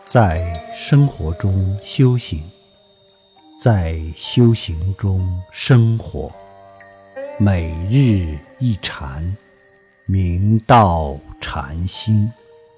在生活中修行，在修行中生活，每日一禅，明道禅心。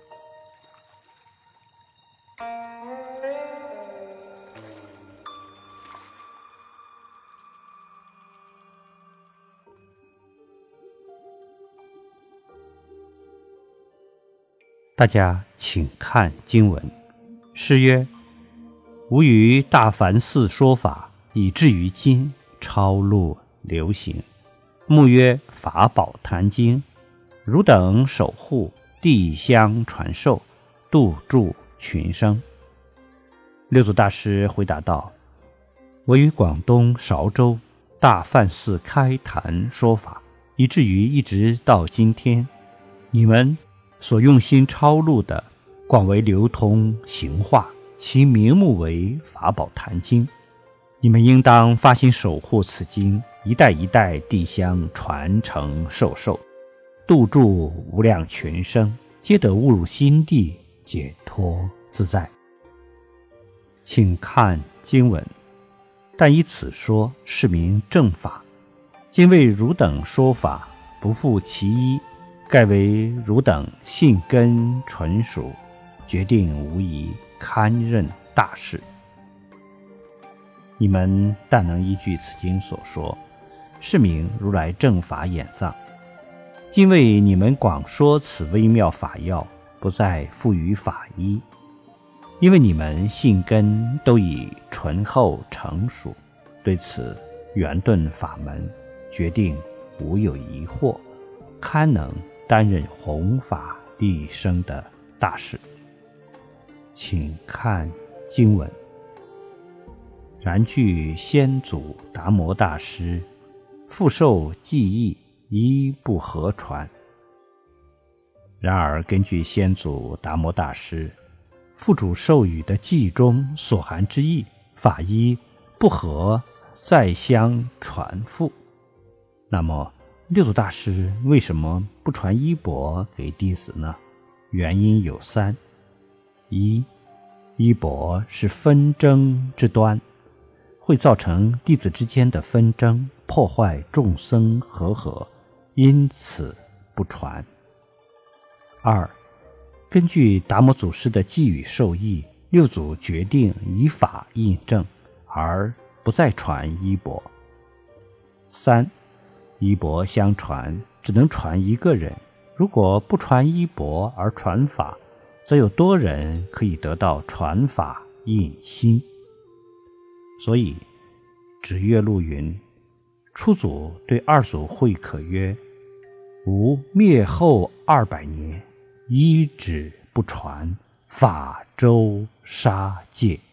大家请看经文。诗曰：吾于大梵寺说法，以至于今，超录流行。目曰法宝坛经，汝等守护，递相传授，度助群生。六祖大师回答道：我于广东韶州大梵寺开坛说法，以至于一直到今天，你们所用心抄录的，广为流通行化，其名目为法宝坛经。你们应当发心守护此经，一代一代递相传承授受，度助无量群生，皆得悟入心地，解脱自在。请看经文。但以此说，是名正法。今为汝等说法，不负其一，盖为汝等信根纯熟，决定无疑，堪任大事。你们但能依据此经所说，是名如来正法眼藏。今为你们广说此微妙法要，不再赋予法依，因为你们信根都已醇厚成熟，对此圆顿法门决定无有疑惑，堪能担任弘法利生的大事。请看经文。然据先祖达摩大师复授记忆，一不合传。然而根据先祖达摩大师父主授予的记忆中所含之意，法依不合，再相传复。那么六祖大师为什么不传衣钵给弟子呢？原因有三：一，衣钵是纷争之端，会造成弟子之间的纷争，破坏众僧和合，因此不传。二，根据达摩祖师的寄语授意，六祖决定以法印证，而不再传衣钵。三，衣钵相传只能传一个人，如果不传衣钵而传法，则有多人可以得到传法印心。所以指月录云：初祖对二祖会可曰：吾灭后200年，一指不传，法周杀戒。